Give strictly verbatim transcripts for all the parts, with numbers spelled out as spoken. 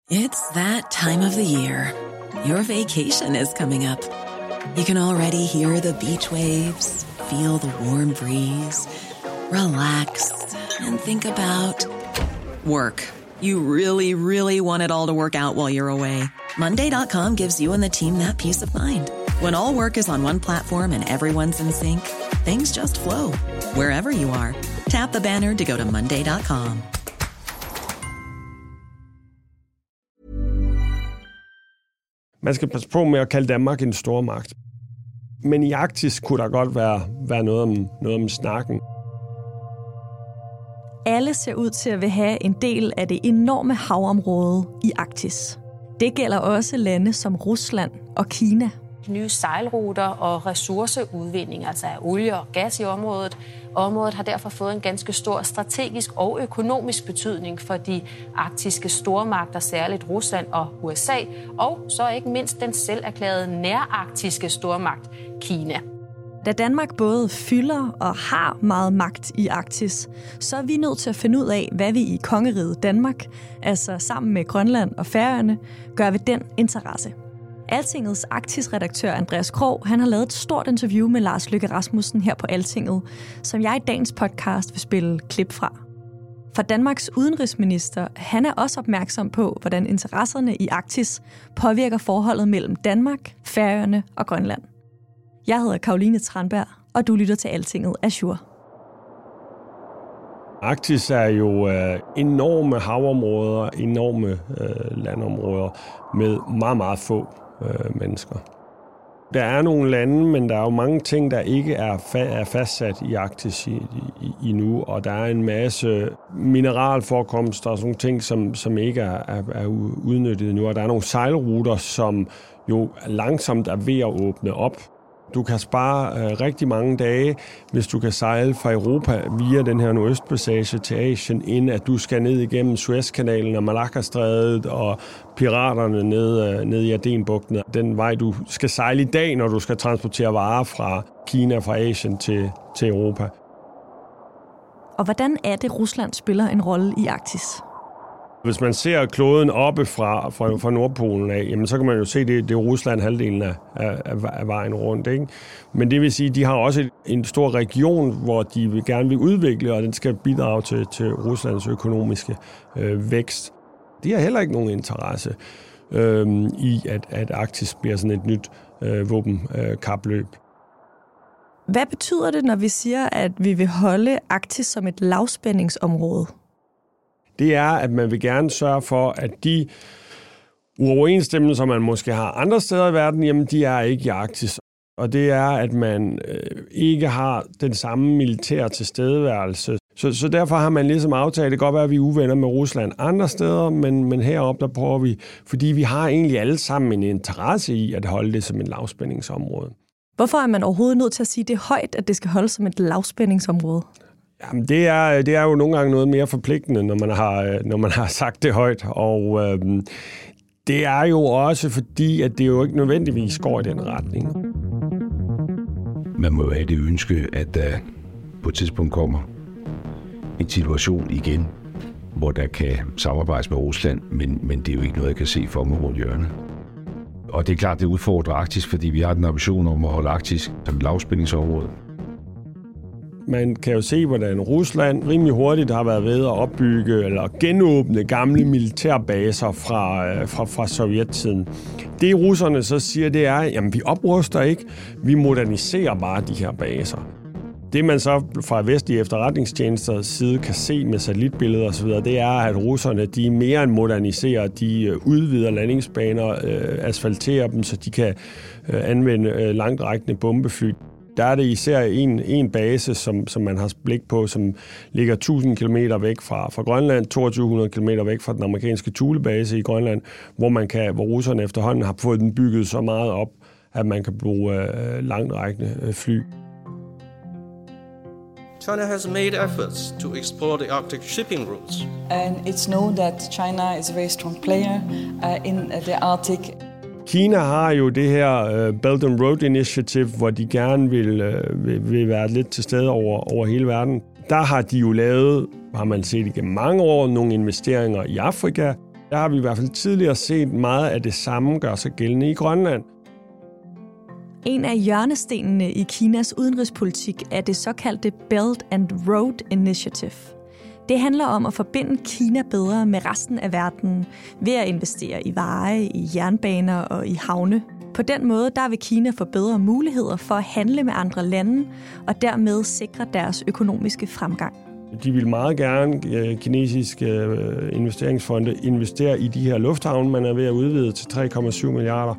It's that time of the year. Your vacation is coming up. You can already hear the beach waves, feel the warm breeze, relax, and think about work. You really, really want it all to work out while you're away. Monday dot com gives you and the team that peace of mind. When all work is on one platform and everyone's in sync, things just flow. Wherever you are, tap the banner to go to Monday dot com. Man skal passe på med at kalde Danmark en stormagt. Men i Arktis kunne der godt være, være noget, om, noget om snakken. Alle ser ud til at vil have en del af det enorme havområde i Arktis. Det gælder også lande som Rusland og Kina. Nye sejlruter og ressourceudvinding, altså af olie og gas i området. Området har derfor fået en ganske stor strategisk og økonomisk betydning for de arktiske stormagter, særligt Rusland og U S A, og så ikke mindst den selverklærede nærarktiske stormagt Kina. Da Danmark både fylder og har meget magt i Arktis, så er vi nødt til at finde ud af, hvad vi i kongeriget Danmark, altså sammen med Grønland og Færøerne, gør ved den interesse. Altingets Arktis-redaktør Andreas Krog, han har lavet et stort interview med Lars Løkke Rasmussen her på Altinget, som jeg i dagens podcast vil spille klip fra. For Danmarks udenrigsminister, han er også opmærksom på, hvordan interesserne i Arktis påvirker forholdet mellem Danmark, Færøerne og Grønland. Jeg hedder Caroline Tranberg, og du lytter til Altinget Azure. Arktis er jo øh, enorme havområder, enorme øh, landområder med meget, meget få øh, mennesker. Der er nogle lande, men der er jo mange ting, der ikke er, fa- er fastsat i Arktis i, i, i nu, og der er en masse mineralforekomster og sådan nogle ting, som, som ikke er, er, er udnyttet nu, og der er nogle sejlruter, som jo langsomt er ved at åbne op. Du kan spare øh, rigtig mange dage, hvis du kan sejle fra Europa via den her nordøstpassage til Asien, inden at du skal ned igennem Suezkanalen og Malaccastrædet og piraterne ned, øh, ned i Adenbugten. Den vej, du skal sejle i dag, når du skal transportere varer fra Kina, fra Asien til, til Europa. Og hvordan er det, Rusland spiller en rolle i Arktis? Hvis man ser kloden oppe fra, fra, fra Nordpolen af, jamen, så kan man jo se, at det, det er Rusland halvdelen af, af, af vejen rundt. Ikke? Men det vil sige, at de har også en stor region, hvor de vil gerne vil udvikle, og den skal bidrage til, til Ruslands økonomiske øh, vækst. De har heller ikke nogen interesse øh, i, at, at Arktis bliver sådan et nyt øh, våbenkapløb. Øh, Hvad betyder det, når vi siger, at vi vil holde Arktis som et lavspændingsområde? Det er, at man vil gerne sørge for, at de uoverensstemmelser, man måske har andre steder i verden, jamen de er ikke i Arktis. Og det er, at man øh, ikke har den samme militære tilstedeværelse. Så, så derfor har man ligesom aftalt, det kan godt være, at vi er uvenner med Rusland andre steder, men, men heroppe der prøver vi, fordi vi har egentlig alle sammen en interesse i at holde det som et lavspændingsområde. Hvorfor er man overhovedet nødt til at sige det højt, at det skal holdes som et lavspændingsområde? Jamen, det er, det er jo nogle gange noget mere forpligtende, når man har, når man har sagt det højt. Og øh, det er jo også fordi, at det jo ikke nødvendigvis går i den retning. Man må jo have det ønske, at der på et tidspunkt kommer en situation igen, hvor der kan samarbejdes med Rusland, men, men det er jo ikke noget, jeg kan se for mig rundt hjørnet. Og det er klart, det udfordrer Arktis, fordi vi har den ambition om at holde Arktis som et lavspændingsområde. Man kan jo se, hvordan Rusland rimelig hurtigt har været ved at opbygge eller genåbne gamle militærbaser fra, fra, fra sovjettiden. Det russerne så siger, det er, jamen vi opruster ikke, vi moderniserer bare de her baser. Det man så fra vestlige efterretningstjenester side kan se med satellitbilleder osv., det er, at russerne de mere end moderniserer, de udvider landingsbaner, øh, asfalterer dem, så de kan øh, anvende øh, langtrækkende bombefly. Der er det især en, en base, som, som man har blik på, som ligger tusind kilometer væk fra, fra Grønland, toogtyve hundrede kilometer væk fra den amerikanske Thule-base i Grønland, hvor, man kan, hvor russerne efterhånden har fået den bygget så meget op, at man kan bruge øh, langtrækkende øh, fly. China has made efforts to explore the Arctic shipping routes. And it's known that China is a very strong player uh, in the Arctic. Kina har jo det her uh, Belt and Road Initiative, hvor de gerne vil, uh, vil, vil være lidt til stede over, over hele verden. Der har de jo lavet, har man set igennem mange år, nogle investeringer i Afrika. Der har vi i hvert fald tidligere set meget af det samme gøre sig gældende i Grønland. En af hjørnestenene i Kinas udenrigspolitik er det såkaldte Belt and Road Initiative. Det handler om at forbinde Kina bedre med resten af verden ved at investere i veje, i jernbaner og i havne. På den måde der vil Kina få bedre muligheder for at handle med andre lande og dermed sikre deres økonomiske fremgang. De vil meget gerne, kinesiske investeringsfonde, investere i de her lufthavne, man er ved at udvide til tre komma syv milliarder.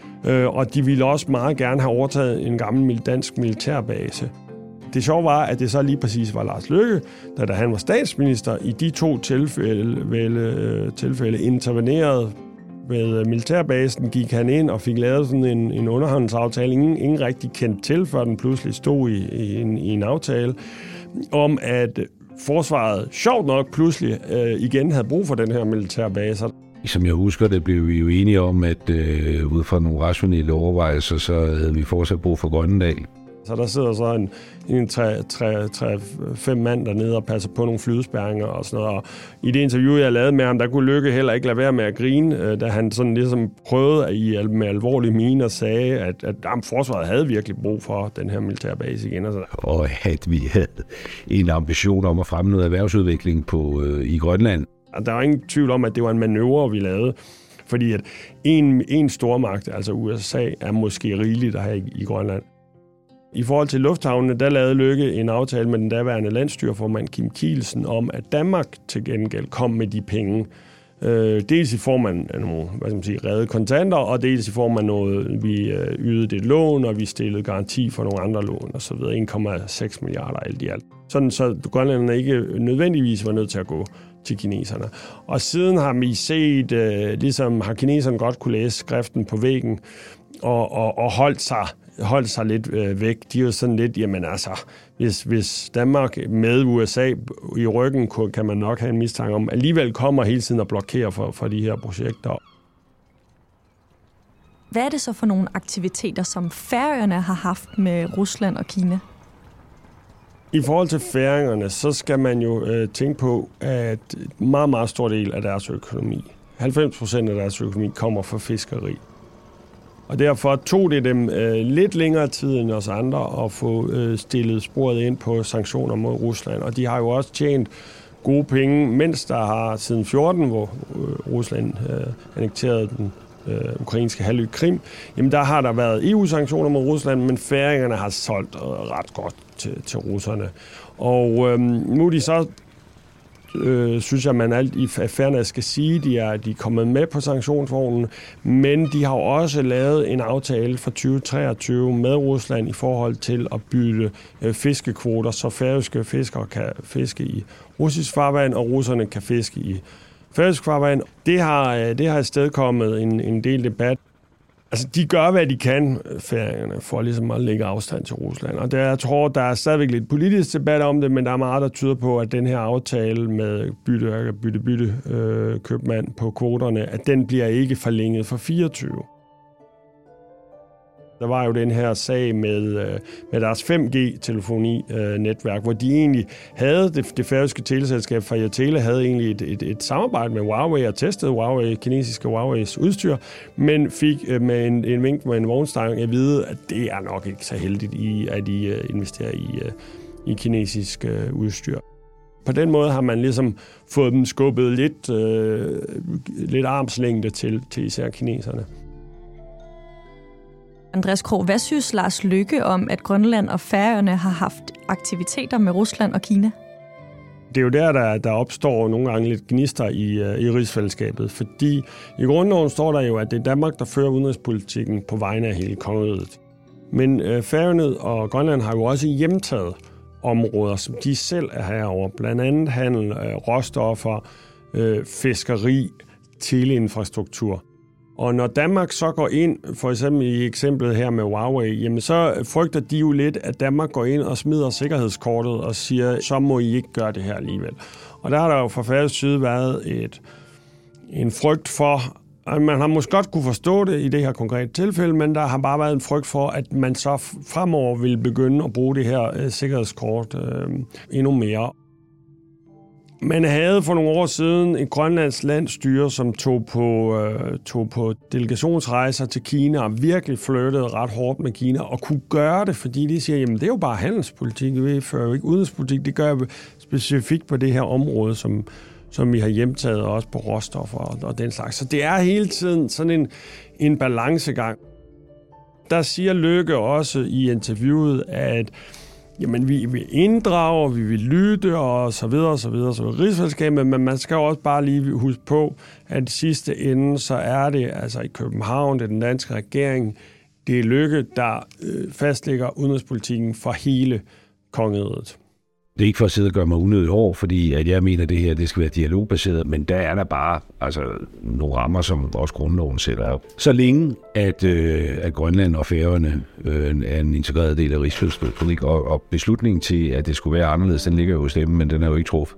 Og de ville også meget gerne have overtaget en gammel dansk militærbase. Det sjove var, at det så lige præcis var Lars Løkke, da han var statsminister, i de to tilfælde, tilfælde intervenerede med militærbasen, gik han ind og fik lavet sådan en, en underhåndsaftale, ingen, ingen rigtig kendt til, før den pludselig stod i, i, en, i en aftale, om at forsvaret, sjovt nok, pludselig øh, igen havde brug for den her militærbase. Som jeg husker det, blev vi jo enige om, at øh, ud fra nogle rationelle overvejelser, så havde vi fortsat brug for Grønnedal. Så der sidder så en, en tre, tre, tre, fem mand dernede og passer på nogle flydespærringer og sådan noget. Og i det interview, jeg lavede med ham, der kunne Løkke heller ikke lade være med at grine, da han sådan ligesom prøvede i, med alvorlig mine og sagde, at, at jamen, forsvaret havde virkelig brug for den her militærbase igen. Og, sådan. Og at vi havde en ambition om at fremme noget erhvervsudvikling på, øh, i Grønland. Der var ingen tvivl om, at det var en manøvre, vi lavede. Fordi at en, en stormagt, altså U S A, er måske rigeligt at have i, i Grønland. I forhold til lufthavnene, der lavede Løkke en aftale med den daværende landsstyreformand Kim Kielsen om, at Danmark til gengæld kom med de penge. Øh, dels i form af nogle, hvad skal man sige, redde kontanter, og dels i form af noget, vi øh, ydede et lån, og vi stillede garanti for nogle andre lån, og så videre. en komma seks milliarder alt i alt. Sådan så grønlænderne ikke nødvendigvis var nødt til at gå til kineserne. Og siden har vi set, øh, ligesom har kineserne godt kunne læse skriften på væggen, og, og, og holdt sig holdt sig lidt øh, væk. De er jo sådan lidt, jamen altså, hvis, hvis Danmark med U S A i ryggen, kan man nok have en mistanke om, alligevel kommer hele tiden og blokerer for, for de her projekter. Hvad er det så for nogle aktiviteter, som Færøerne har haft med Rusland og Kina? I forhold til færingerne, så skal man jo øh, tænke på, at en meget, meget stor del af deres økonomi, halvfems procent af deres økonomi, kommer fra fiskeri. Og derfor tog det dem øh, lidt længere tid end os andre at få øh, stillet sporet ind på sanktioner mod Rusland. Og de har jo også tjent gode penge, mens der har siden fjorten, hvor øh, Rusland øh, annekterede den øh, ukrainske halvø Krim, jamen der har der været E U-sanktioner mod Rusland, men færingerne har solgt øh, ret godt til, til russerne. Og øh, nu er de så Øh, synes jeg, man alt i Færøerne skal sige, de er, de er kommet med på sanktionsvognen, men de har også lavet en aftale for tyve treogtyve med Rusland i forhold til at bytte øh, fiskekvoter, så færøske fiskere kan fiske i russisk farvand, og russerne kan fiske i færøsk farvand. Det har, øh, det har afstedkommet en, en del debat. Altså, de gør, hvad de kan, færingerne, for ligesom at lægge afstand til Rusland. Og der, jeg tror, der er stadigvæk lidt politisk debat om det, men der er meget, der tyder på, at den her aftale med bytte, bytte, bytte øh, købmand på kvoterne, at den bliver ikke forlænget for fireogtyve. Der var jo den her sag med, med deres fem G-telefoni-netværk, hvor de egentlig havde, det, det færøske teleselskab Fiatele havde egentlig et, et, et samarbejde med Huawei og testede Huawei, kinesiske Huaweis udstyr, men fik med en, en vink med en vognstang at vide, at det er nok ikke så heldigt, i, at de investerer i, i kinesisk udstyr. På den måde har man ligesom fået dem skubbet lidt, øh, lidt armslængde til, til især kineserne. Andreas Krog, hvad synes Lars Løkke om, at Grønland og Færøerne har haft aktiviteter med Rusland og Kina? Det er jo der, der, der opstår nogle gange lidt gnister i, i rigsfællesskabet, fordi i grundloven står der jo, at det er Danmark, der fører udenrigspolitikken på vegne af hele kongeriget. Men øh, Færøerne og Grønland har jo også hjemtaget områder, som de selv er herover, blandt andet handel, øh, råstoffer, øh, fiskeri, teleinfrastruktur. Og når Danmark så går ind, for eksempel i eksemplet her med Huawei, jamen så frygter de jo lidt, at Danmark går ind og smider sikkerhedskortet og siger, så må I ikke gøre det her alligevel. Og der har der jo fra færøsk side været et, en frygt for, at man har måske godt kunne forstå det i det her konkrete tilfælde, men der har bare været en frygt for, at man så fremover vil begynde at bruge det her øh, sikkerhedskort øh, endnu mere. Man havde for nogle år siden et grønlandsk landsstyre, som tog på, øh, tog på delegationsrejser til Kina og virkelig flyttede ret hårdt med Kina og kunne gøre det, fordi de siger, jamen det er jo bare handelspolitik, vi fører jo ikke udenrigspolitik, det gør vi specifikt på det her område, som, som vi har hjemtaget også på råstoffer og, og den slags. Så det er hele tiden sådan en, en balancegang. Der siger Løkke også i interviewet, at jamen, vi vil inddrage, vi vil lytte og så videre, og så videre, så videre. Rigsfællesskabet, men man skal også bare lige huske på, at i sidste ende, så er det altså i København, det er den danske regering, det er Løkke, der øh, fastlægger udenrigspolitikken for hele kongeriget. Det er ikke for at sidde og gøre mig unødigt over, fordi at jeg mener, at det her det skal være dialogbaseret, men der er der bare altså, nogle rammer, som også grundloven sætter op. Så længe, at, øh, at Grønland og Færøerne øh, er en integreret del af rigsfællesskabet, og, og beslutningen til, at det skulle være anderledes, den ligger jo hos dem, men den er jo ikke truffet.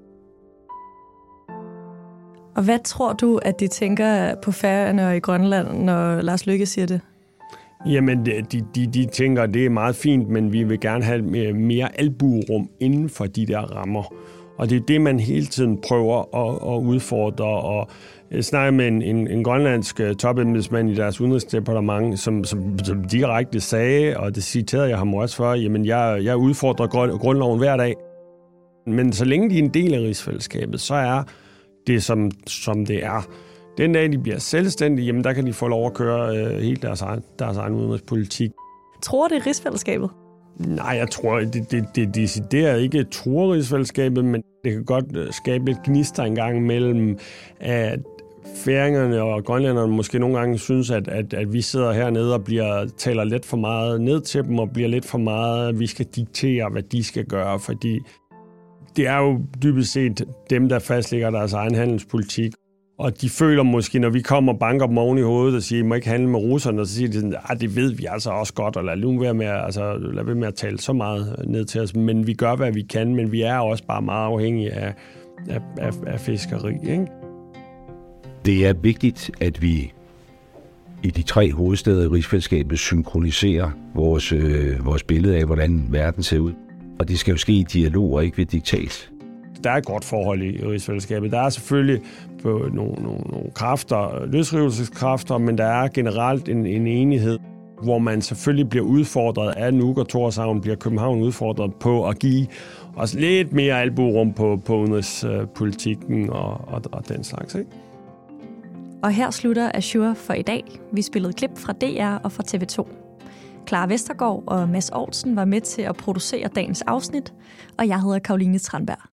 Og hvad tror du, at de tænker på Færøerne og i Grønland, når Lars Løkke siger det? Jamen, de, de, de tænker, at det er meget fint, men vi vil gerne have mere, mere albuerum inden for de der rammer. Og det er det, man hele tiden prøver at, at udfordre. Og jeg snakker med en, en, en grønlandsk topembedsmand i deres udenrigsdepartement, som, som, som direkte sagde, og det citerede jeg ham også for, jamen jeg, jeg udfordrer grundloven hver dag. Men så længe de er en del af rigsfællesskabet, så er det, som, som det er. Den dag, de bliver selvstændige, jamen der kan de få lov at køre øh, hele deres egen, deres egen udenrigspolitik. Tror det er rigsfællesskabet? Nej, jeg tror, det, det, det decideret ikke tror rigsfællesskabet, men det kan godt skabe lidt gnister en gang mellem, at færingerne og grønlænderne måske nogle gange synes, at, at, at vi sidder hernede og bliver, taler lidt for meget ned til dem, og bliver lidt for meget, at vi skal diktere, hvad de skal gøre, fordi det er jo dybest set dem, der fastlægger deres egen handelspolitik. Og de føler måske, når vi kommer og banker dem oven i hovedet og siger, I må ikke handle med russerne, og så siger de sådan, ah, det ved vi altså også godt, og lad nu være med, altså, lad være med at tale så meget ned til os. Men vi gør, hvad vi kan, men vi er også bare meget afhængige af, af, af, af fiskeri. Ikke? Det er vigtigt, at vi i de tre hovedsteder i rigsfællesskabet synkroniserer vores, øh, vores billede af, hvordan verden ser ud. Og det skal jo ske i dialog og ikke ved diktat. Der er et godt forhold i rigsfællesskabet. Der er selvfølgelig på nogle, nogle, nogle kræfter, løsrivelseskræfter, men der er generelt en, en enighed, hvor man selvfølgelig bliver udfordret af Nuuk og Tórshavn, bliver København udfordret på at give os lidt mere albuerum på, på udenrigspolitikken og, og, og den slags. Ikke? Og her slutter Azure for i dag. Vi spillede klip fra D R og fra T V to. Clara Vestergaard og Mads Aarhusen var med til at producere dagens afsnit, og jeg hedder Caroline Tranberg.